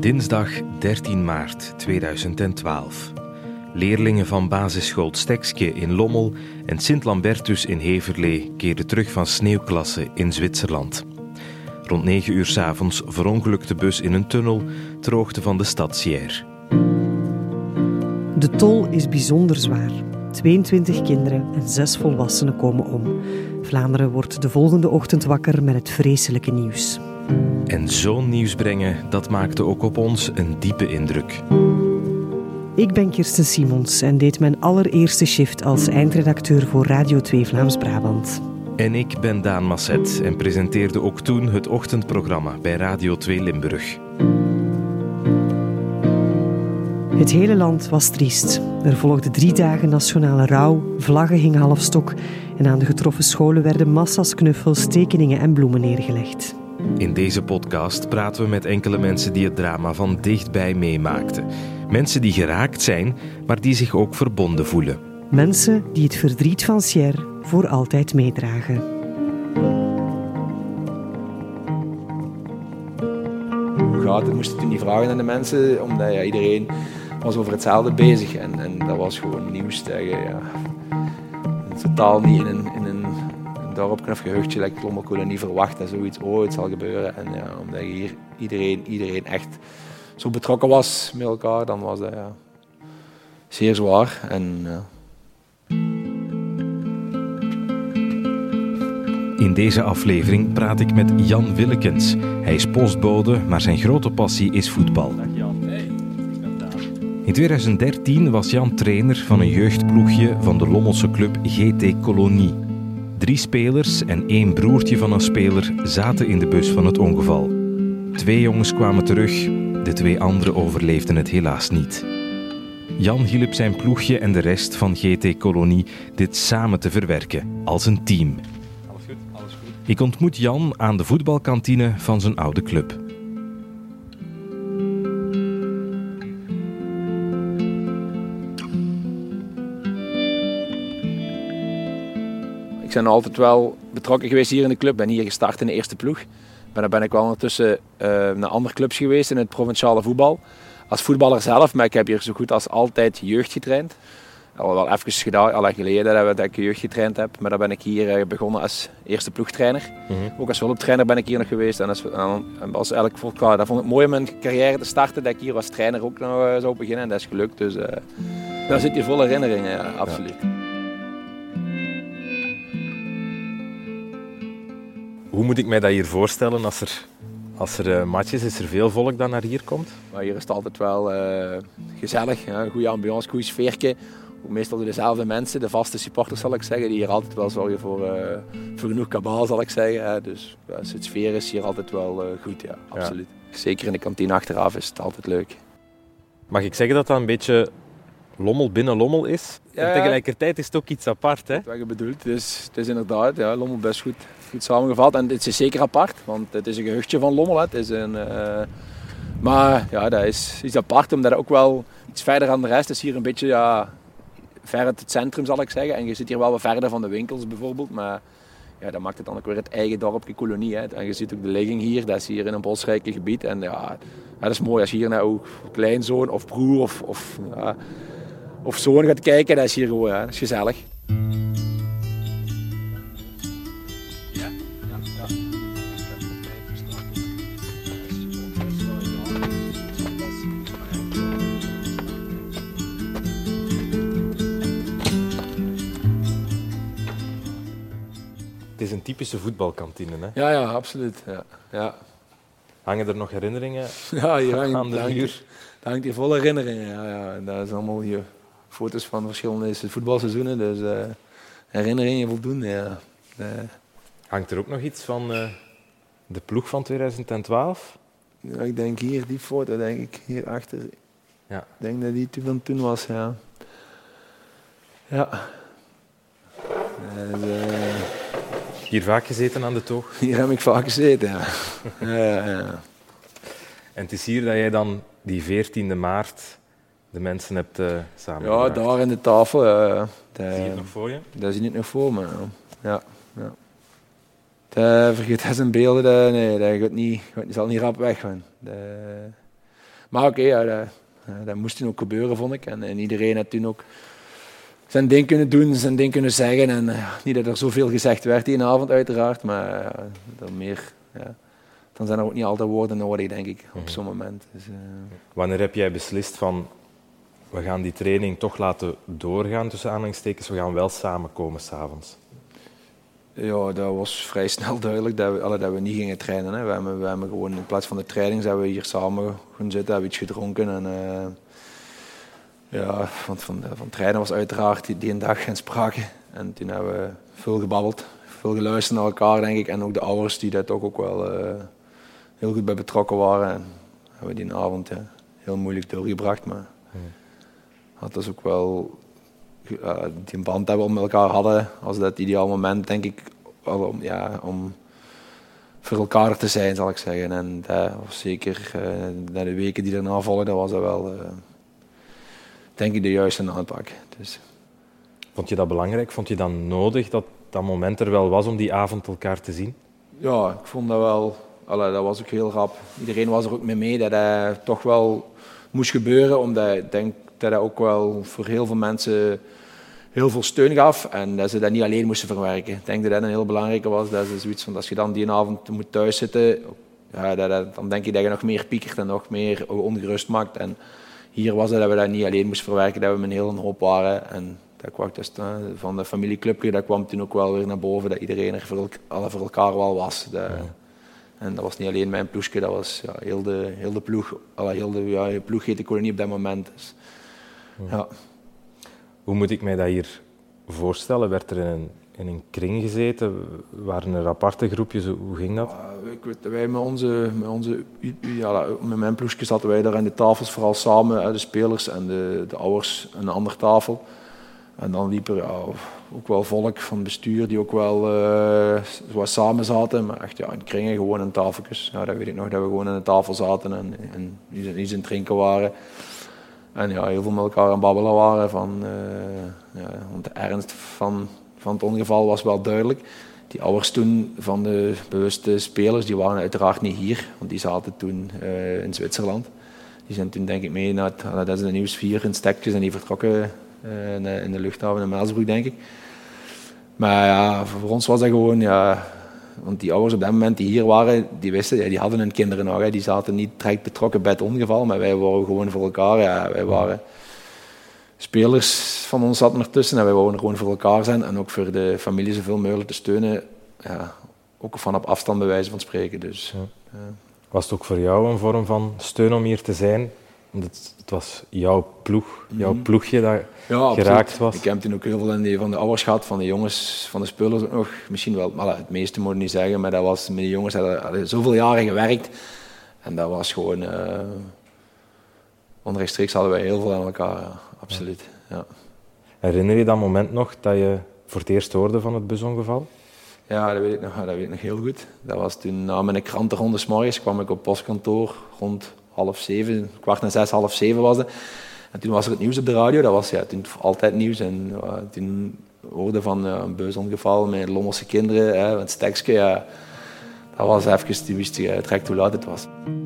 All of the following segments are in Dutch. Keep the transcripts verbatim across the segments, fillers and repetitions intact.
Dinsdag dertien maart tweeduizend twaalf. Leerlingen van basisschool Stekske in Lommel en Sint-Lambertus in Heverlee keerden terug van sneeuwklasse in Zwitserland. Rond negen uur 's avonds verongelukte de bus in een tunnel ter hoogte van de stad Sierre. De tol is bijzonder zwaar. tweeëntwintig kinderen en zes volwassenen komen om. Vlaanderen wordt de volgende ochtend wakker met het vreselijke nieuws. En zo'n nieuws brengen, dat maakte ook op ons een diepe indruk. Ik ben Kirsten Simons en deed mijn allereerste shift als eindredacteur voor Radio twee Vlaams-Brabant. En ik ben Daan Masset en presenteerde ook toen het ochtendprogramma bij Radio twee Limburg. Het hele land was triest. Er volgden drie dagen nationale rouw, vlaggen hingen half stok en aan de getroffen scholen werden massa's knuffels, tekeningen en bloemen neergelegd. In deze podcast praten we met enkele mensen die het drama van dichtbij meemaakten. Mensen die geraakt zijn, maar die zich ook verbonden voelen. Mensen die het verdriet van Sierre voor altijd meedragen. Hoe gaat het? Moest je toen niet vragen aan de mensen, omdat ja, iedereen was over hetzelfde bezig. En, en dat was gewoon nieuws tegen, ja, totaal niet in een, in een, een dorpje of gehuchtje. Ik kon me niet verwachten dat zoiets ooit zal gebeuren. En ja, omdat hier iedereen, iedereen echt zo betrokken was met elkaar, dan was dat ja, zeer zwaar. En, ja. In deze aflevering praat ik met Jan Willekens. Hij is postbode, maar zijn grote passie is voetbal. Dag Jan. Hey, ik ben Daan. In tweeduizend dertien was Jan trainer van een jeugdploegje van de Lommelse club G T Colonie. Drie spelers en één broertje van een speler zaten in de bus van het ongeval. Twee jongens kwamen terug, de twee anderen overleefden het helaas niet. Jan hielp zijn ploegje en de rest van G T Colonie dit samen te verwerken, als een team. Alles goed? Alles goed. Ik ontmoet Jan aan de voetbalkantine van zijn oude club. Ik ben altijd wel betrokken geweest hier in de club. Ik ben hier gestart in de eerste ploeg. Maar dan ben ik wel ondertussen uh, naar andere clubs geweest in het provinciale voetbal. Als voetballer zelf, maar ik heb hier zo goed als altijd jeugd getraind. Al wel even gedaan, al lang geleden dat ik jeugd getraind heb. Maar dan ben ik hier uh, begonnen als eerste ploegtrainer. Mm-hmm. Ook als hulptrainer ben ik hier nog geweest. En als, en als eigenlijk vond, ja, dat vond ik mooi om mijn carrière te starten, dat ik hier als trainer ook nog uh, zou beginnen. En dat is gelukt. Dus uh, daar zit hier vol herinneringen, ja, absoluut. Ja. Hoe moet ik mij dat hier voorstellen als er, als er uh, match is? Is er veel volk dat naar hier komt? Maar hier is het altijd wel uh, gezellig, ja, een goede ambiance, goed sfeertje. Meestal door dezelfde mensen, de vaste supporters zal ik zeggen, die hier altijd wel zorgen voor, uh, voor genoeg kabaal zal ik zeggen. Hè. Dus ja, de sfeer is hier altijd wel uh, goed, ja, absoluut. Ja. Zeker in de kantine achteraf is het altijd leuk. Mag ik zeggen dat dat een beetje Lommel binnen Lommel is? Ja, en tegelijkertijd is het ook iets apart, hè? Wat je bedoelt, dus, het is inderdaad, ja, Lommel best goed, goed samengevat. En het is zeker apart, want het is een gehuchtje van Lommel. Hè. Het is een, uh, maar ja, dat is iets apart, omdat het ook wel iets verder aan de rest is. Hier een beetje ja, ver uit het centrum, zal ik zeggen. En je zit hier wel wat verder van de winkels bijvoorbeeld, maar ja, dat maakt het dan ook weer het eigen dorpje Colonie. Hè. En je ziet ook de ligging hier, dat is hier in een bosrijke gebied. En ja, ja, dat is mooi als je hier naar uw kleinzoon of broer of, of, ja, of zoon gaat kijken, dat is hier gewoon, ja, dat is gezellig. Ja? Ja. Ja. Het is een typische voetbalkantine, hè? Ja, ja, absoluut. Ja. Ja. Hangen er nog herinneringen ja, hier hangt, aan de hangt, muur? Daar hangt hier vol herinneringen. Ja, ja. En dat is allemaal hier foto's van verschillende voetbalseizoenen. Dus uh, herinneringen voldoende, ja. Uh. Hangt er ook nog iets van uh, de ploeg van tweeduizend twaalf? Ja, ik denk hier, die foto, denk ik, hierachter. Ja. Ik denk dat die van toen was, ja. Ja. Dus, uh, hier vaak gezeten aan de toog? Hier heb ik vaak gezeten, ja. ja, ja, ja. En het is hier dat jij dan die veertiende maart de mensen hebt uh, samengebracht? Ja, daar in de tafel. Uh, zie je het nog voor je? Dat zie ik nog voor me, ja. ja. De, vergeet dat zijn beelden, de, nee, dat gaat niet, gaat, zal niet rap weggaan. De, Maar oké, okay, ja, dat, dat moest toen ook gebeuren, vond ik. En, en iedereen had toen ook zijn ding kunnen doen, zijn ding kunnen zeggen. En uh, niet dat er zoveel gezegd werd die avond uiteraard, maar uh, dan meer... Ja. Dan zijn er ook niet altijd woorden nodig, denk ik, op zo'n moment. Dus, uh... Wanneer heb jij beslist van, we gaan die training toch laten doorgaan, tussen aanhalingstekens, we gaan wel samenkomen s'avonds? Ja, dat was vrij snel duidelijk dat we, alle, dat we niet gingen trainen. Hè. We, hebben, we hebben gewoon in plaats van de training zijn we hier samen gaan zitten, hebben iets gedronken. En, uh, ja, want van, van trainen was uiteraard die, die een dag geen sprake. En toen hebben we veel gebabbeld, veel geluisterd naar elkaar, denk ik. En ook de ouders die daar toch ook wel uh, heel goed bij betrokken waren. En hebben we die avond ja, heel moeilijk doorgebracht. Maar had dus ook wel... Uh, die band dat we met elkaar hadden, als dat ideaal moment, denk ik, om, ja, om voor elkaar te zijn, zal ik zeggen. En dat was zeker, uh, na de weken die daarna volgden, was dat wel, uh, denk ik, de juiste aanpak. Dus. Vond je dat belangrijk? Vond je dat nodig, dat dat moment er wel was om die avond elkaar te zien? Ja, ik vond dat wel, allee, dat was ook heel rap. Iedereen was er ook mee mee dat dat toch wel moest gebeuren, omdat ik denk dat dat ook wel voor heel veel mensen heel veel steun gaf en dat ze dat niet alleen moesten verwerken. Ik denk dat dat een heel belangrijke was, dat ze zoiets van als je dan die avond moet thuis zitten, ja, dat, dat, dan denk je dat je nog meer piekert en nog meer ongerust maakt. En hier was het dat we dat niet alleen moesten verwerken, dat we met een hele hoop waren. En dat kwam dus van de familieclubje, dat kwam toen ook wel weer naar boven, dat iedereen er voor, alle voor elkaar wel was. Dat, ja. En dat was niet alleen mijn ploegje, dat was ja, heel, de, heel de ploeg. Alle, heel de ja, ploeg heette Kolonie op dat moment. Dus, ja. Ja. Hoe moet ik mij dat hier voorstellen? Werd er in een, in een kring gezeten? Waren er aparte groepjes? Hoe ging dat? Uh, ik weet, wij met onze, met onze ja, met mijn ploegje zaten wij daar aan de tafels vooral samen, de spelers en de, de ouders aan een andere tafel. En dan liep er ja, ook wel volk van het bestuur die ook wel uh, zoals samen zaten, maar echt ja, in kringen, gewoon aan tafeltjes. Ja, dat weet ik nog, dat we gewoon aan de tafel zaten en, en iets aan het drinken waren. En ja, heel veel met elkaar aan het babbelen waren. Van, uh, ja, want de ernst van, van het ongeval was wel duidelijk. Die ouders toen van de bewuste spelers, die waren uiteraard niet hier, want die zaten toen uh, in Zwitserland. Die zijn toen denk ik mee naar het, dat is de nieuwsvier in Stekjes en die vertrokken uh, in, de, in de luchthaven in Melsbroek, denk ik. Maar ja, voor ons was dat gewoon, ja, want die ouders op dat moment die hier waren, die wisten, ja, die hadden hun kinderen nog. Hè. Die zaten niet direct betrokken bij het ongeval, maar wij waren gewoon voor elkaar. Ja, wij waren spelers van ons zaten ertussen en wij wouden gewoon voor elkaar zijn en ook voor de familie zoveel mogelijk te steunen. Ja, ook van op afstand bij wijze van spreken. Dus, ja. Ja. Was het ook voor jou een vorm van steun om hier te zijn? Het, het was jouw ploeg, jouw mm-hmm. ploegje dat ja, geraakt absoluut. was. Ik heb toen ook heel veel in die, van de ouders gehad, van de jongens, van de spelers ook nog. Misschien wel, maar het meeste moet ik niet zeggen, maar dat was, met de jongens hadden, hadden zoveel jaren gewerkt. En dat was gewoon, uh, onrechtstreeks hadden wij heel veel aan elkaar, ja, absoluut. Ja. Herinner je dat moment nog dat je voor het eerst hoorde van het busongeval? Ja, dat weet ik nog, dat weet ik nog heel goed. Dat was toen na mijn krantenronde 's morgens, kwam ik op postkantoor rond half zeven, kwart na zes, half zeven was het. En toen was er het nieuws op de radio, dat was ja, toen altijd nieuws. En uh, toen hoorde van uh, een busongeval met Lommelse kinderen, hè, het Stekske, ja, dat was even, die wist je direct hoe laat het was.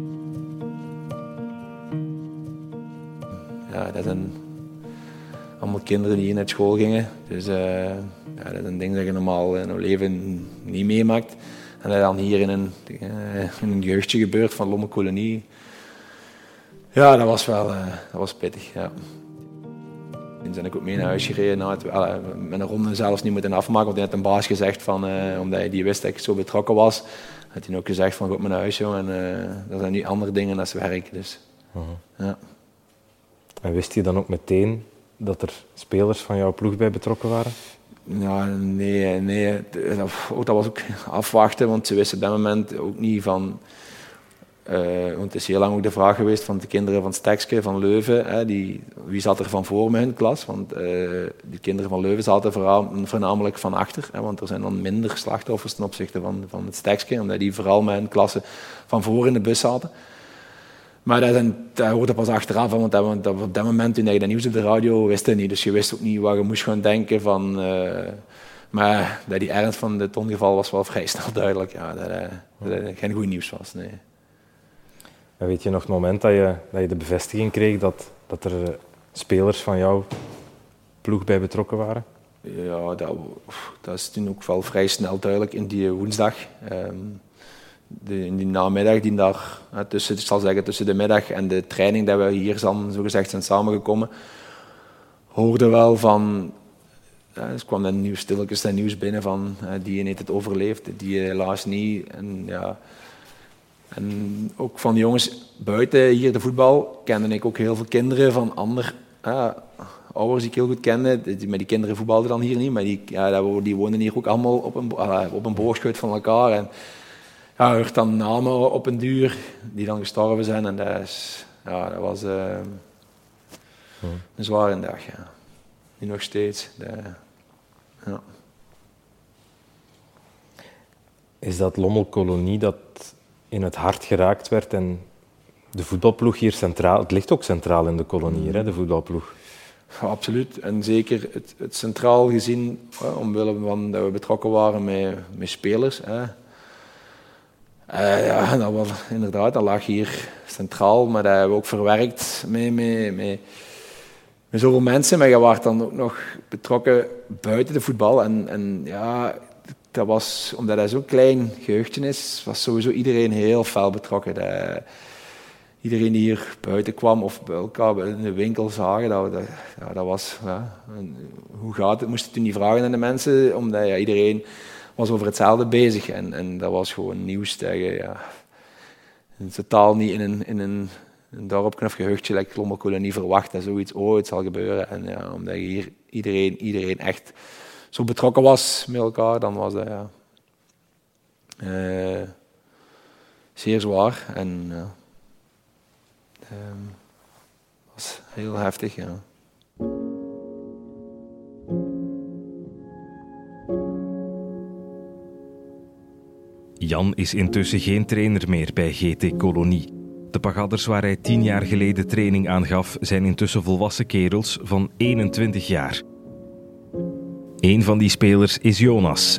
Ja, dat zijn allemaal kinderen die hier naar school gingen. Dus uh, ja, dat is een ding dat je normaal in je leven niet meemaakt. En dat dan hier in een, uh, in een jeugdje gebeurt van Lomme Kolonie. Ja, dat was wel uh, dat was pittig, ja. Toen ben ik ook mee naar huis gereden. Nou, het, uh, met een ronde zelfs niet moeten afmaken, want hij had een baas gezegd van, uh, omdat hij die wist dat ik zo betrokken was, had hij ook gezegd van, ga maar naar huis, joh, en uh, dat zijn nu andere dingen dan werk. Dus, uh-huh. Ja. En wist je dan ook meteen dat er spelers van jouw ploeg bij betrokken waren? Ja, nee, nee. Dat was ook afwachten, want ze wisten op dat moment ook niet van... Uh, want het is heel lang ook de vraag geweest van de kinderen van Stekske, van Leuven, hè, die, wie zat er van voor me in de klas? Want uh, die kinderen van Leuven zaten vooral, voornamelijk van achter, hè, want er zijn dan minder slachtoffers ten opzichte van, van het Stekske, omdat die vooral met hun klasse van voor in de bus zaten. Maar dat, zijn, dat hoorde pas achteraf, want dat, dat, op dat moment toen je dat nieuws op de radio wist je niet, dus je wist ook niet wat je moest gaan denken van... Uh, maar dat die ernst van het ongeval was wel vrij snel duidelijk, ja, dat, uh, dat het geen goed nieuws was, nee. En weet je nog het moment dat je, dat je de bevestiging kreeg dat, dat er spelers van jouw ploeg bij betrokken waren? Ja, dat, dat is toen ook wel vrij snel duidelijk in die woensdag. Um, de, in die namiddag, die daar, tussen, ik zal zeggen, tussen de middag en de training dat we hier dan zogezegd zijn samengekomen, hoorde wel van, ja, er kwam dan nieuws, stilletjes dat nieuws binnen van uh, die heeft het overleefd, die helaas niet. En, ja, en ook van de jongens buiten hier de voetbal kende ik ook heel veel kinderen van ander, uh, ouders die ik heel goed kende. Die, maar die kinderen voetbalden dan hier niet, maar die, ja, die woonden hier ook allemaal op een, uh, op een boogschut van elkaar. En, ja, je hoort dan namen op een duur die dan gestorven zijn en dat, is, ja, dat was uh, een zware dag. Ja. Nu nog steeds. De, ja. Is dat Lommelkolonie dat in het hart geraakt werd en de voetbalploeg hier centraal, het ligt ook centraal in de kolonie, hè, de voetbalploeg? Ja, absoluut. En zeker het, het centraal gezien, uh, omwille van dat we betrokken waren met, met spelers. Uh, uh, ja, dat was, inderdaad, dat lag hier centraal, maar dat hebben we ook verwerkt met, met, met, met zoveel mensen. Maar je was dan ook nog betrokken buiten de voetbal. En, en ja, dat was, omdat dat zo'n klein geheugdje is, was sowieso iedereen heel fel betrokken. Dat, iedereen die hier buiten kwam of bij elkaar in de winkel zagen, dat, dat, ja, dat was... Ja, hoe gaat het? Moest je toen niet vragen aan de mensen, omdat ja, iedereen was over hetzelfde bezig. En, en dat was gewoon nieuws tegen... Ja, totaal niet in een, in een, een dorpje of gehuchtje, like Lommelkolonie verwacht dat zoiets ooit zal gebeuren. En ja, omdat hier iedereen, iedereen echt zo betrokken was met elkaar, dan was dat ja, uh, zeer zwaar. En ja, um, was heel heftig, ja. Jan is intussen geen trainer meer bij G T Kolonie. De pagadders waar hij tien jaar geleden training aan gaf, zijn intussen volwassen kerels van eenentwintig jaar. Eén van die spelers is Jonas.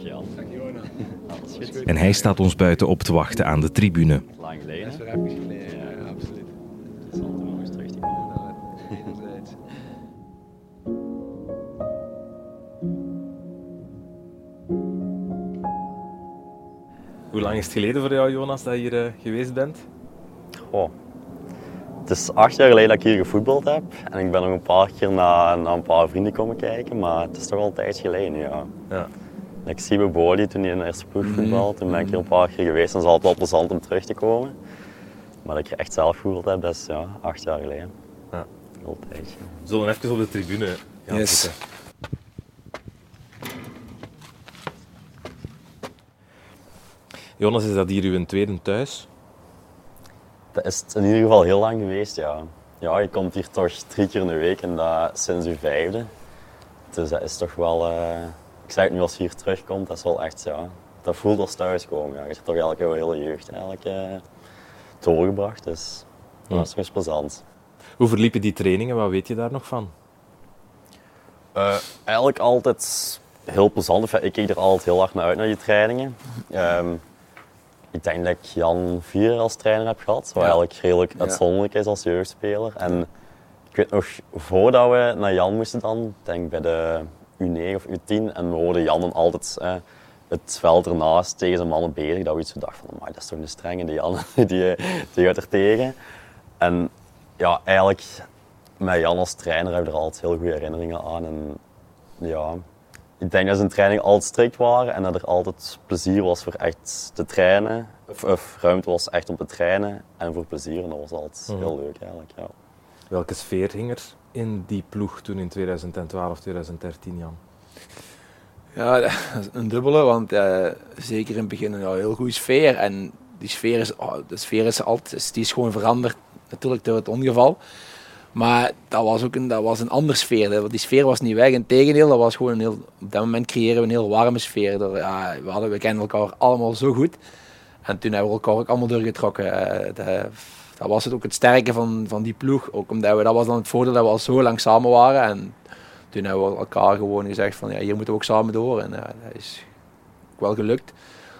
En hij staat ons buiten op te wachten aan de tribune. Lang geleden. Dat is weer even geleden, ja, absoluut. Dat zal er nog eens terug te komen. Enerzijds. Hoe lang is het geleden voor jou, Jonas, dat je hier uh, geweest bent? Goh. Het is acht jaar geleden dat ik hier gevoetbald heb. En ik ben nog een paar keer naar, naar een paar vrienden komen kijken, maar het is toch al een tijdje geleden, ja. Ja. Ik zie bij Boli toen hij in de eerste ploeg voetbalde, toen ben ik hier een paar keer geweest en het is altijd wel plezant om terug te komen. Maar dat ik er echt zelf gevoetbald heb, dat is ja, acht jaar geleden. Ja. Al een tijdje. We zullen even op de tribune gaan Yes. zitten. Jonas, is dat hier uw tweede thuis? Dat is het in ieder geval heel lang geweest, ja. Ja, je komt hier toch drie keer in de week en dat sinds je vijfde. Dus dat is toch wel... Uh, ik zeg het nu, als je hier terugkomt, dat is wel echt, ja... Dat voelt als thuiskomen. Ja. Je hebt toch eigenlijk jouw hele jeugd eigenlijk, uh, doorgebracht, dus Ja. dat is best plezant. Hoe verliepen die trainingen? Wat weet je daar nog van? Uh, eigenlijk altijd heel plezant. Ik keek er altijd heel hard naar uit, naar die trainingen. Um, ik denk dat ik Jan Vier als trainer heb gehad, wat Ja. eigenlijk redelijk Ja. uitzonderlijk is als jeugdspeler. En ik weet nog, voordat we naar Jan moesten dan, denk bij de U negen of U tien, en we hoorden Jan dan altijd eh, het veld ernaast tegen zijn mannen bezig, dat we iets dachten van, dat is toch een strenge, die Jan, die, die gaat er tegen. En ja, eigenlijk met Jan als trainer heb ik er altijd heel goede herinneringen aan. En ja, ik denk dat zijn trainingen altijd strikt waren en dat er altijd plezier was voor echt te trainen. Of, of ruimte was echt om te trainen en voor plezier. En dat was altijd Mhm. heel leuk eigenlijk. Ja. Welke sfeer hing er in die ploeg toen in tweeduizend twaalf, tweeduizend dertien, Jan? Ja, dat is een dubbele, want uh, zeker in het begin een ja, heel goede sfeer. En die sfeer is, oh, de sfeer is, altijd, die is gewoon veranderd, natuurlijk door het ongeval. Maar dat was ook een, dat was een andere sfeer. Hè. Die sfeer was niet weg, integendeel, dat was gewoon een heel, op dat moment creëren we een heel warme sfeer. Door, ja, we, hadden, we kenden elkaar allemaal zo goed. En toen hebben we elkaar ook allemaal doorgetrokken. Uh, dat, dat was het ook het sterke van, van die ploeg. Ook omdat we, dat was dan het voordeel dat we al zo lang samen waren. En toen hebben we elkaar gewoon gezegd van ja, hier moeten we ook samen door. En ja, dat is ook wel gelukt.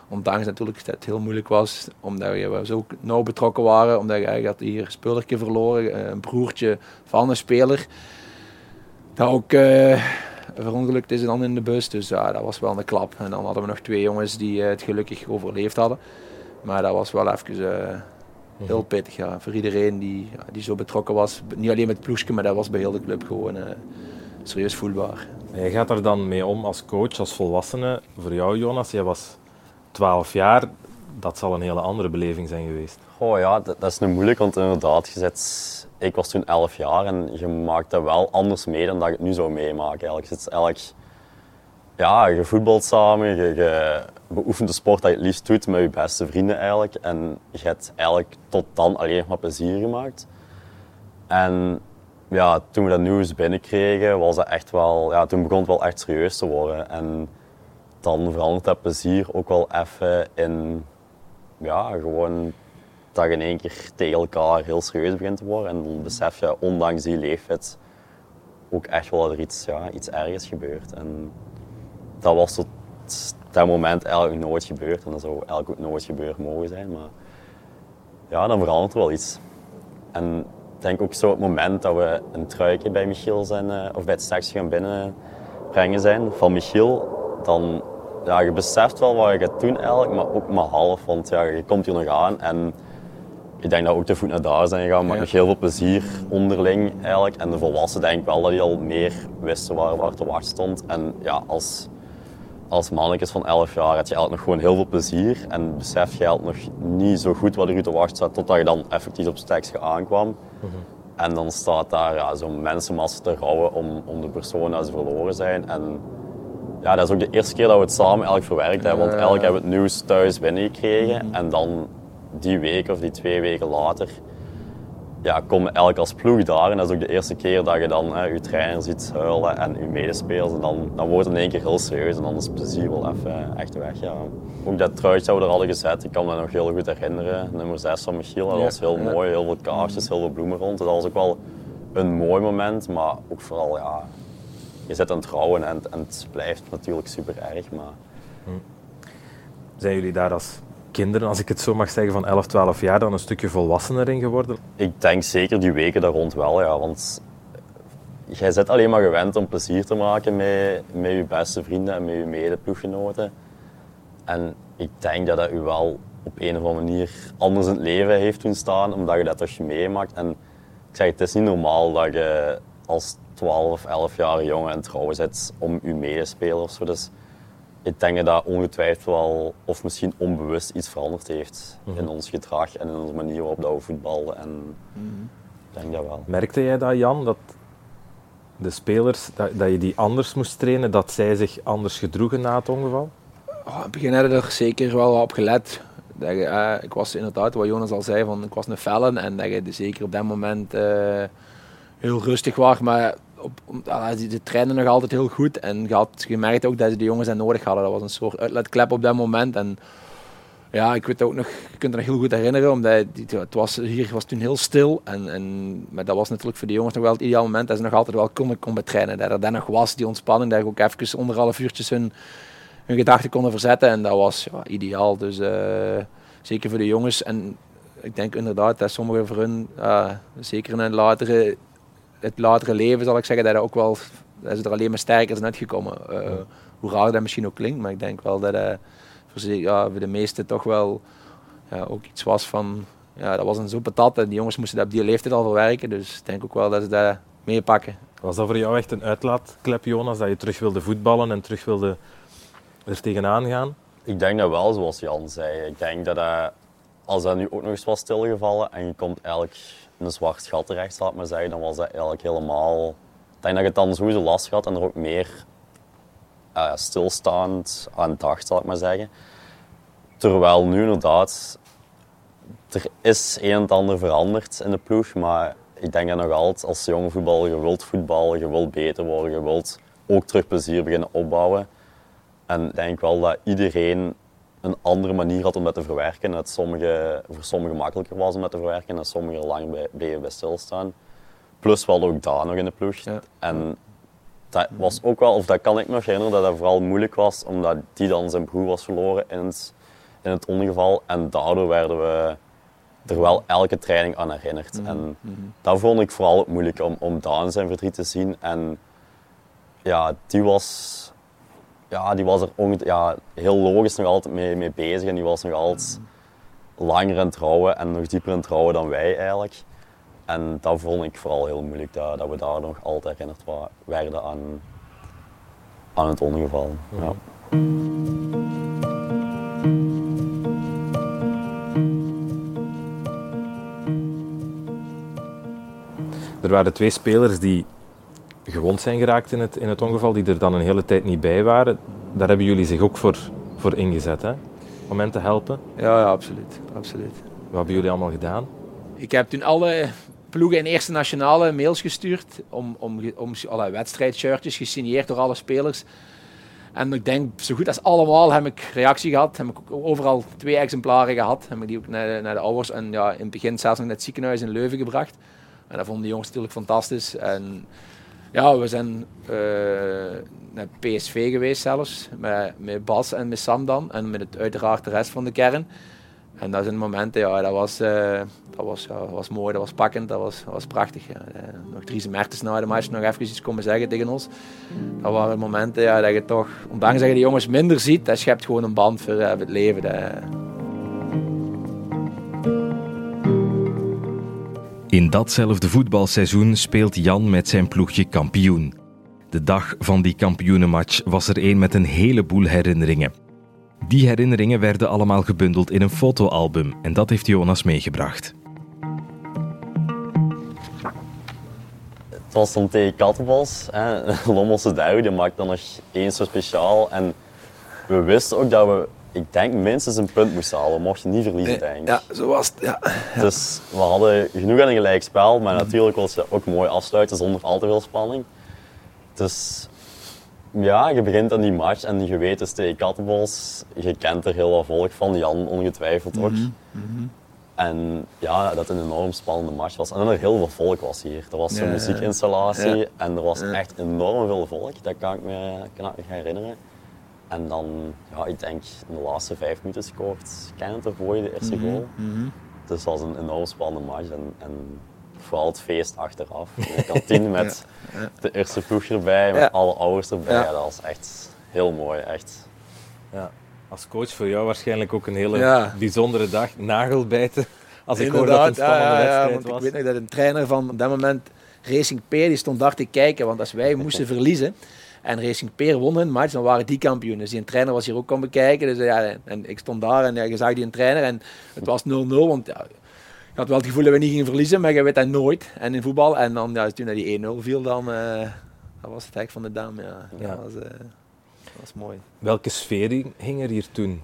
Ondanks natuurlijk dat het heel moeilijk was, omdat we zo nauw betrokken waren, omdat je eigenlijk had hier een spelertje verloren, een broertje van een speler. Dat ook uh, verongelukt is dan in de bus, dus ja, dat was wel een klap. En dan hadden we nog twee jongens die uh, het gelukkig overleefd hadden. Maar dat was wel even uh, heel pittig, ja, voor iedereen die, ja, die zo betrokken was. Niet alleen met het ploegje, maar dat was bij heel de club gewoon uh, serieus voelbaar. Je gaat er dan mee om als coach, als volwassene. Voor jou, Jonas, jij was twaalf jaar. Dat zal een hele andere beleving zijn geweest. Oh ja, dat, dat is nu moeilijk, want inderdaad, je zit, ik was toen elf jaar en je maakt dat wel anders mee dan dat je het nu zou meemaken. Eigenlijk. Je, zit eigenlijk, ja, je voetbalt samen, je, je beoefent de sport dat je het liefst doet met je beste vrienden eigenlijk. En je hebt eigenlijk tot dan alleen nog maar plezier gemaakt. En ja, toen we dat nieuws binnenkregen, was dat echt wel, ja, toen begon het wel echt serieus te worden. En dan verandert dat plezier ook wel even in, ja, gewoon dat je in één keer tegen elkaar heel serieus begint te worden. En dan besef je, ondanks die leeftijd, ook echt wel dat er iets, ja, iets ergens gebeurt. En dat was tot dat moment eigenlijk nooit gebeurd. En dat zou eigenlijk ook nooit gebeurd mogen zijn. Maar ja, dan verandert er wel iets. En ik denk ook zo het moment dat we een truikje bij Michiel zijn, of bij het stekje gaan binnenbrengen zijn van Michiel, dan ja, je beseft wel wat je gaat doen eigenlijk, maar ook maar half, want ja, je komt hier nog aan en ik denk dat ook de voet naar daar zijn gegaan, maar ja. Nog heel veel plezier onderling eigenlijk. En de volwassenen denk ik wel dat die al meer wisten waar, waar te wachten stond. En ja, als, als mannetjes van elf jaar had je eigenlijk nog gewoon heel veel plezier en besef je eigenlijk nog niet zo goed wat er u te wachten staat, totdat je dan effectief op het stekje aankwam. Mm-hmm. En dan staat daar ja, zo'n mensenmassa te rouwen om, om de persoon dat ze verloren zijn. En ja, dat is ook de eerste keer dat we het samen eigenlijk verwerkt hebben, want eigenlijk hebben we het nieuws thuis binnengekregen mm-hmm. en dan die week of die twee weken later ja, komen we eigenlijk als ploeg daar en dat is ook de eerste keer dat je dan hè, je trainer ziet huilen en je medespelers en dan, dan wordt het in één keer heel serieus en dan is het plezier wel even echt weg. Ja. Ook dat truitje dat we er hadden gezet, ik kan me nog heel goed herinneren, nummer zes van Michiel, dat was heel ja. mooi, heel veel kaarsjes, heel veel bloemen rond, dus dat was ook wel een mooi moment, maar ook vooral ja, je zit aan het rouwen en, en het blijft natuurlijk super erg. Maar... Hm. Zijn jullie daar als kinderen, als ik het zo mag zeggen, van elf, twaalf jaar dan een stukje volwassener in geworden? Ik denk zeker die weken daar rond wel, ja. Want jij bent alleen maar gewend om plezier te maken met, met je beste vrienden en met je medeploeggenoten. En ik denk dat dat u wel op een of andere manier anders in het leven heeft doen staan, omdat je dat toch meemaakt. En ik zeg, het is niet normaal dat je als twaalf of elf jaar jongen en trouwen zit om je medespeler of zo. Dus ik denk dat dat ongetwijfeld wel, of misschien onbewust, iets veranderd heeft mm-hmm. in ons gedrag en in onze manier waarop dat we voetbalden. En mm-hmm. ik denk dat wel. Merkte jij dat, Jan, dat de spelers, dat, dat je die anders moest trainen, dat zij zich anders gedroegen na het ongeval? Oh, in het begin hadden we er zeker wel op gelet. Dat je, uh, ik was inderdaad, wat Jonas al zei, van, ik was een fellen en dat je zeker op dat moment uh, heel rustig was. Maar op, uh, ze trainen nog altijd heel goed en je had gemerkt ook dat ze de jongens dat nodig hadden. Dat was een soort uitlaatklep op dat moment. En ja, ik weet ook nog, je kunt het nog heel goed herinneren, omdat het was, hier was toen heel stil. En, en, maar dat was natuurlijk voor de jongens nog wel het ideaal moment dat ze nog altijd wel konden komen trainen. Dat er dan nog was, die ontspanning, dat je ook even onder alle vuurtjes hun, hun gedachten konden verzetten. En dat was ja, ideaal. Dus uh, zeker voor de jongens. En ik denk inderdaad dat sommigen voor hun, uh, zeker in een latere, het latere leven zal ik zeggen, dat, dat, ook wel, dat ze er alleen maar sterker zijn uitgekomen. Uh, ja. Hoe raar dat misschien ook klinkt, maar ik denk wel dat uh, voor, ze, ja, voor de meesten toch wel ja, ook iets was van, ja, dat was een zo patat en die jongens moesten dat op die leeftijd al verwerken. Dus ik denk ook wel dat ze dat meepakken. Was dat voor jou echt een uitlaatklep, Jonas, dat je terug wilde voetballen en terug wilde er tegenaan gaan? Ik denk dat wel, zoals Jan zei. Ik denk dat uh, als dat nu ook nog eens was stilgevallen en je komt eigenlijk in een zwart gat terecht, zal ik maar zeggen, dan was dat eigenlijk helemaal... Ik denk dat je het dan sowieso last had en er ook meer uh, stilstaand aan dacht, zal ik maar zeggen. Terwijl nu inderdaad, er is een en het ander veranderd in de ploeg, maar ik denk dat nog altijd als jonge voetballer, je wilt voetballen, je wilt beter worden, je wilt ook terug plezier beginnen opbouwen. En ik denk wel dat iedereen een andere manier had om dat te verwerken. Dat sommige, voor sommigen makkelijker was om dat te verwerken en dat sommigen er lang bij, bij, bij stilstaan. Plus wel ook daar nog in de ploeg. Ja. En dat was ook wel, of dat kan ik me nog herinneren, dat dat vooral moeilijk was, omdat die dan zijn broer was verloren in het, in het ongeval. En daardoor werden we er wel elke training aan herinnerd. Mm-hmm. En Mm-hmm. dat vond ik vooral ook moeilijk om, om Daan zijn verdriet te zien. En ja, die was, ja, die was er onge- ja, heel logisch nog altijd mee, mee bezig. En die was nog altijd langer aan het trouwen en nog dieper aan het trouwen dan wij eigenlijk. En dat vond ik vooral heel moeilijk, dat, dat we daar nog altijd herinnerd wa- werden aan, aan het ongeval. Ja. Er waren twee spelers die gewond zijn geraakt in het, in het ongeval, die er dan een hele tijd niet bij waren. Daar hebben jullie zich ook voor, voor ingezet, hè? Om hen te helpen. Ja, ja, absoluut. absoluut. Wat hebben jullie allemaal gedaan? Ik heb toen alle ploegen in Eerste Nationale mails gestuurd om, om, om alle wedstrijdshirtjes gesigneerd door alle spelers. En ik denk, zo goed als allemaal heb ik reactie gehad. Heb ik ook overal twee exemplaren gehad. Heb ik die ook naar de, naar de ouders en ja, in het begin zelfs nog naar het ziekenhuis in Leuven gebracht. En dat vonden de jongens natuurlijk fantastisch. En ja, we zijn uh, naar P S V geweest zelfs, met, met Bas en met Sam dan. En met het, uiteraard de rest van de kern. En dat zijn momenten, ja, dat was, uh, dat was, ja, dat was mooi, dat was pakkend, dat was, dat was prachtig. Ja. Uh, nog Dries Mertens na de match nog even iets komen zeggen tegen ons. Dat waren momenten ja, dat je toch, ondanks dat je de jongens minder ziet, dat schept gewoon een band voor, uh, voor het leven. Dat, uh. In datzelfde voetbalseizoen speelt Jan met zijn ploegje kampioen. De dag van die kampioenenmatch was er een met een heleboel herinneringen. Die herinneringen werden allemaal gebundeld in een fotoalbum en dat heeft Jonas meegebracht. Het was dan tegen Kattenbos, hè. Lommelse Douw, die maakte dan nog één zo speciaal. En we wisten ook dat we, ik denk, minstens een punt moesten halen. We mochten niet verliezen, denk ik. Ja, zo was het. Ja. Dus we hadden genoeg aan een gelijk spel, maar natuurlijk was het ook mooi afsluiten zonder al te veel spanning. Dus ja, je begint aan die match en je weet dus tegen Kattenbos, je kent er heel wat volk van, Jan ongetwijfeld ook. Mm-hmm. Mm-hmm. En ja, dat het een enorm spannende match was. En dat er heel veel volk was hier. Er was zo'n Ja, muziekinstallatie ja. en er was Ja. echt enorm veel volk, dat kan ik me, kan ik me herinneren. En dan, ja, ik denk in de laatste vijf minuten scoort Kenneth ervoor de eerste goal. Mm-hmm. Dus het was een enorm spannende match en, en vooral het feest achteraf. In de kantine met Ja, ja. de eerste ploeg erbij, met Ja. alle ouders erbij. Ja. Ja, dat was echt heel mooi, echt. Ja. Als coach voor jou waarschijnlijk ook een hele Ja. bijzondere dag. Nagelbijten. Als ik hoor dat het een Inderdaad, spannende ja, ja, ja, wedstrijd want was. ik weet nog dat een trainer van op dat moment, Racing Peer, die stond daar te kijken. Want als wij moesten verliezen en Racing Peer won hun match, dan waren die kampioen. Dus die trainer was hier ook komen kijken. Dus, ja, en ik stond daar en ja, je zag die een trainer en het was nul nul. Want ja, je had wel het gevoel dat we niet gingen verliezen, maar je weet dat nooit. En in voetbal. En dan, ja, toen dat die één nul viel, dan uh, dat was het hek van de dam. Ja. Dat, Ja. was, uh, dat was mooi. Welke sfeer hing er hier toen?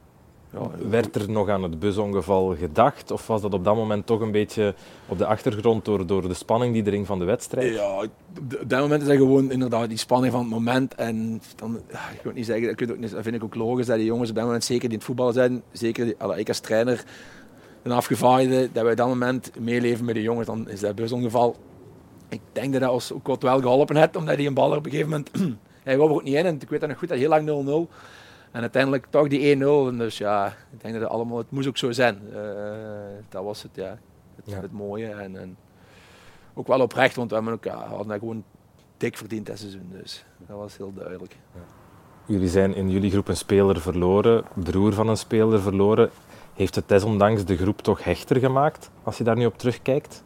Ja, Werd er nog aan het busongeval gedacht? Of was dat op dat moment toch een beetje op de achtergrond door, door de spanning die er hing van de wedstrijd? Ja, op d- op dat moment is dat gewoon inderdaad die spanning van het moment. En dan, ja, ik wil niet zeggen, dat, kun je ook niet, dat vind ik ook logisch dat die jongens op dat moment, zeker die in het voetballen zijn, zeker die, allee, ik als trainer, een afgevaardigde, dat wij op dat moment meeleven met de jongens, dan is dat busongeval. Ik denk dat dat ons ook wat wel geholpen heeft, omdat die een bal er op een gegeven moment, hij wou er ook niet in. En ik weet dat nog goed, dat heel lang nul nul. En uiteindelijk toch die één nul. En dus ja, ik denk dat het allemaal, het moest ook zo zijn. Uh, dat was het, ja. Het, Ja. het mooie. En, en ook wel oprecht, want we hebben ook, ja, hadden dat gewoon dik verdiend dat seizoen. Dus dat was heel duidelijk. Jullie zijn in jullie groep een speler verloren, broer van een speler verloren. Heeft het desondanks de groep toch hechter gemaakt, als je daar nu op terugkijkt?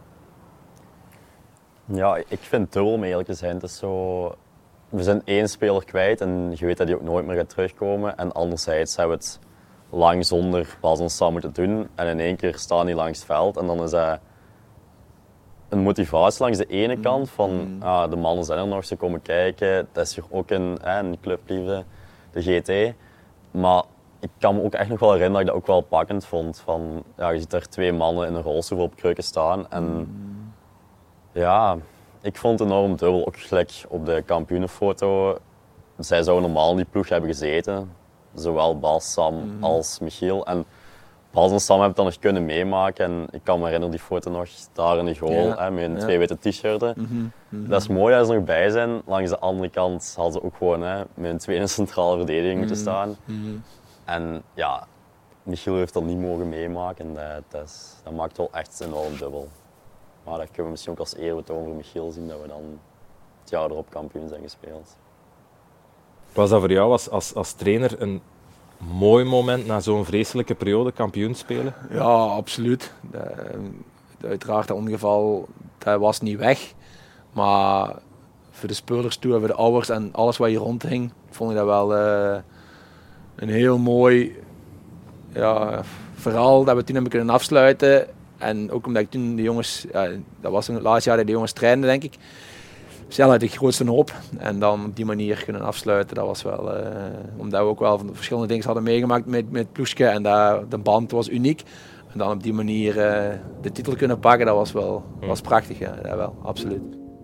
Ja, ik vind het dubbel om eerlijk te zijn. Het is zo, we zijn één speler kwijt en je weet dat hij ook nooit meer gaat terugkomen. En anderzijds hebben we het lang zonder Bas en Sam moeten doen. En in één keer staan die langs het veld en dan is dat een motivatie langs de ene kant van Mm. ah, de mannen zijn er nog, ze komen kijken. Dat is hier ook een, eh, een clubliefde, de G T. Maar ik kan me ook echt nog wel herinneren dat ik dat ook wel pakkend vond. Van, ja, je ziet daar twee mannen in een rolstoel op kreuken staan. En Mm. ja, ik vond het enorm dubbel. Ook gelijk op de kampioenenfoto. Zij zouden normaal in die ploeg hebben gezeten. Zowel Bas, Sam Mm. als Michiel. En Bas en Sam hebben dat nog kunnen meemaken. En ik kan me herinneren die foto nog daar in de goal, Ja. hè, met een Ja. twee witte t-shirten. Mm-hmm. Mm-hmm. Dat is mooi dat ze er nog bij zijn. Langs de andere kant hadden ze ook gewoon hè, met een tweede centrale verdediging moeten staan. Mm-hmm. En ja, Michiel heeft dat niet mogen meemaken en dat, dat, is, dat maakt wel echt enorm dubbel. Maar dat kunnen we misschien ook als eerbetoon voor Michiel zien dat we dan het jaar erop kampioen zijn gespeeld. Was dat voor jou als, als, als trainer een mooi moment na zo'n vreselijke periode kampioen spelen? Ja, absoluut. De, de, uiteraard, dat ongeval dat was niet weg. Maar voor de spelers toe, voor de ouders en alles wat hier rondhing, vond ik dat wel uh, een heel mooi ja, verhaal dat we toen hebben kunnen afsluiten. En ook omdat ik toen de jongens, ja, dat was het laatste jaar dat de jongens trainden, denk ik. Zelf had ik de grootste hoop. En dan op die manier kunnen afsluiten, dat was wel, uh, omdat we ook wel verschillende dingen hadden meegemaakt met, met Ploeske. En dat, de band was uniek. En dan op die manier uh, de titel kunnen pakken, dat was wel was prachtig. Ja, dat wel, absoluut.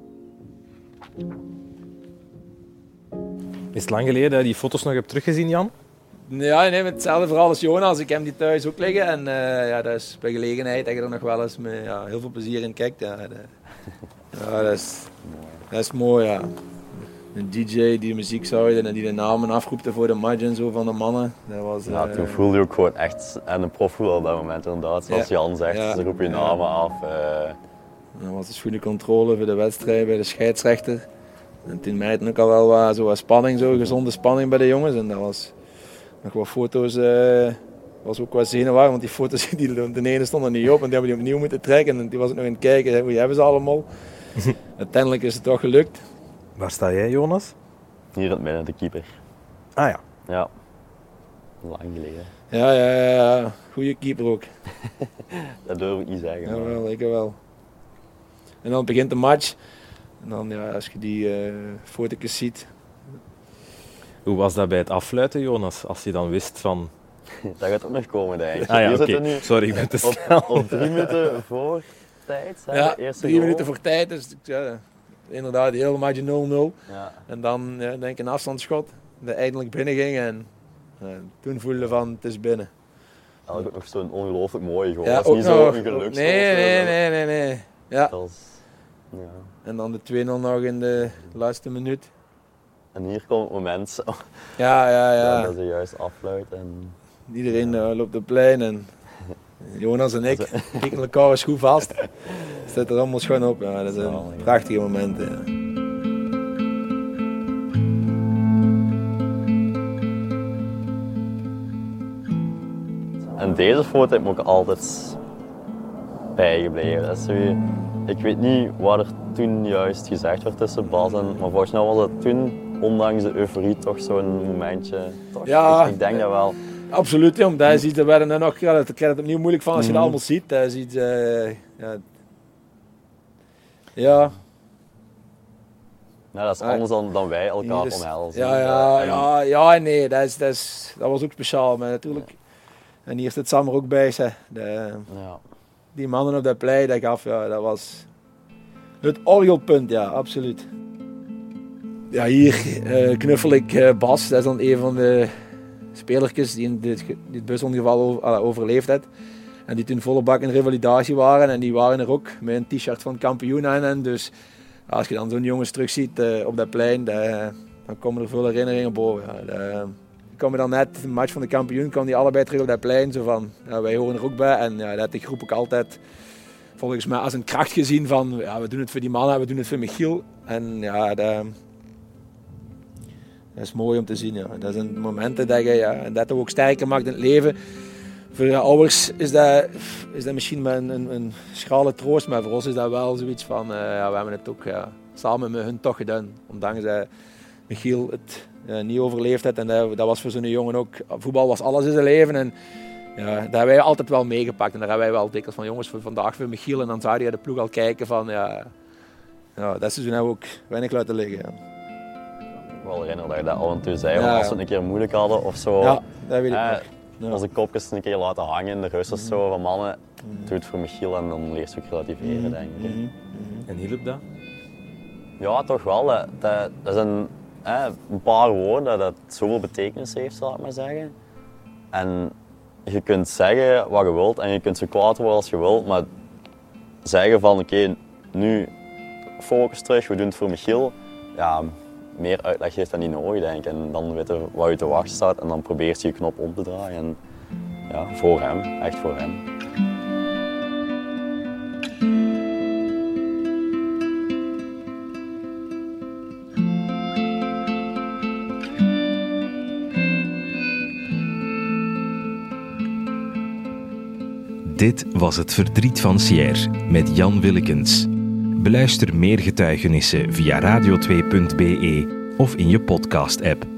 Is het lang geleden dat je die foto's nog hebt teruggezien, Jan? Ja, nee, met hetzelfde verhaal als Jonas. Ik heb die thuis ook liggen. En uh, ja, dat is bij gelegenheid dat je er nog wel eens met ja, heel veel plezier in kijkt. Ja, dat, ja, dat, is, dat is mooi, ja. Een D J die de muziek zou en die de namen afroepte voor de match en zo van de mannen. Dat was, ja, uh, toen voelde je ook gewoon echt en een profvoetbal op dat moment inderdaad. Zoals ja, Jan zegt, ja, ze roepen je namen ja. af. Uh... Dat was een goede controle voor de wedstrijd bij de scheidsrechter. En toen merkte ook al wel wat, zo wat spanning, zo, gezonde spanning bij de jongens. En dat was nog wat foto's, uh, was ook wat zenuwachtig, want die foto's, die, de ene stonden niet op en die hebben die opnieuw moeten trekken. En die was ook nog aan het kijken, hoe hebben ze allemaal. Uiteindelijk is het toch gelukt. Waar sta jij, Jonas? Hier in het midden, de keeper. Ah ja. Ja, lang geleden. Ja, ja, ja, ja. Goeie keeper ook. Dat durf ik niet zeggen. Ja, wel, ik wel. En dan begint de match. En dan, ja, als je die uh, foto's ziet. Hoe was dat bij het afluiten, Jonas? Als je dan wist van... Dat gaat ook nog komen, denk ik. Ah ja, oké. Okay. Sorry, ik ben te snel. Op, op drie minuten voor tijd, hè? Ja, de eerste drie goal. minuten voor tijd. Dus ja, inderdaad, de hele match nul nul. Ja. En dan ja, denk ik een afstandsschot. Dat eindelijk binnen ging. En uh, toen voelde van het is binnen. Ja, ook nog zo'n ongelooflijk mooie goal. Ja, dat is niet nog, zo een geluksgoal. Nee, nee, nee, nee, nee. Ja. Was, ja. En dan de twee nul nog in de laatste minuut. En hier komt het moment ja, ja, ja. dat ze juist afluit. En... Iedereen ja. uh, loopt op het plein en Jonas en ik pikken elkaar eens goed vast. Het staat er allemaal schoon op. Ja, dat zijn prachtige momenten. Ja. En deze foto heb ik me ook altijd bijgebleven. Dat is zo, ik weet niet wat er toen juist gezegd werd tussen Bas en... Maar volgens mij was het toen, ondanks de euforie, toch zo'n momentje. Toch? Ja, ik, ik denk dat wel. Absoluut, ja, dat is iets, daar werden er nog, ja, dat krijg je het opnieuw moeilijk van als je mm-hmm. dat allemaal ziet. Dat is iets, uh, ja... Ja. Nou, dat is anders dan, dan wij elkaar is, omhelzen. Ja, ja, ja, ja en nee, dat, is, dat, is, dat was ook speciaal. Maar natuurlijk, en hier zit Sam er ook bij. Ze, de, ja. Die mannen op dat plein, dat gaf, ja, dat was het orgelpunt, ja, absoluut. Ja, hier uh, knuffel ik uh, Bas, dat is dan een van de spelertjes die in dit, dit busongeval over, uh, overleefd heeft. En die toen volle bak in revalidatie waren en die waren er ook met een t-shirt van kampioen aan. En dus als je dan zo'n jongens terugziet uh, op dat plein, de, dan komen er veel herinneringen boven. Ja. De, ik kwam dan net, de match van de kampioen, kwamen die allebei terug op dat plein. Zo van, ja, wij horen er ook bij en ja, dat heb ik groep ook altijd volgens mij als een kracht gezien van, ja, we doen het voor die mannen, we doen het voor Michiel. En ja, dat, dat is mooi om te zien. Ja. Dat zijn momenten dat je ja, dat ook sterker maakt in het leven. Voor de ouders is dat, is dat misschien maar een, een, een schrale troost, maar voor ons is dat wel zoiets van, uh, ja, we hebben het ook ja, samen met hun toch gedaan. Ondanks dat Michiel het uh, niet overleefd heeft en dat, dat was voor zo'n jongen ook, voetbal was alles in zijn leven. En ja, dat hebben wij altijd wel meegepakt en daar hebben wij wel dikwijls van jongens voor vandaag voor Michiel en dan zou je de ploeg al kijken van, ja, ja dat seizoen hebben we ook weinig laten liggen. Ja. Ik wel herinner dat je dat af en toe zei, ja, als we het een keer moeilijk hadden of zo. Ja, dat weet ik eh, nog. Ja. Als de kopjes een keer laten hangen in de rust of zo van mannen, mm-hmm. doe het voor Michiel en dan leert je ook relativeren, mm-hmm. denk ik. Mm-hmm. En hielp dat? Ja, toch wel. Dat, dat, dat zijn eh, een paar woorden dat, dat zoveel betekenis heeft, zal ik maar zeggen. En je kunt zeggen wat je wilt en je kunt zo kwaad worden als je wilt, maar zeggen van oké, okay, nu focus terug, we doen het voor Michiel. Ja, meer uitleg heeft dat niet nodig, denk ik. En dan weet je wat je te wachten staat en dan probeert je je knop om te draaien. En ja, voor hem, echt voor hem. Dit was Het Verdriet van Sierre met Jan Willekens. Beluister meer getuigenissen via radio twee punt b e of in je podcast-app.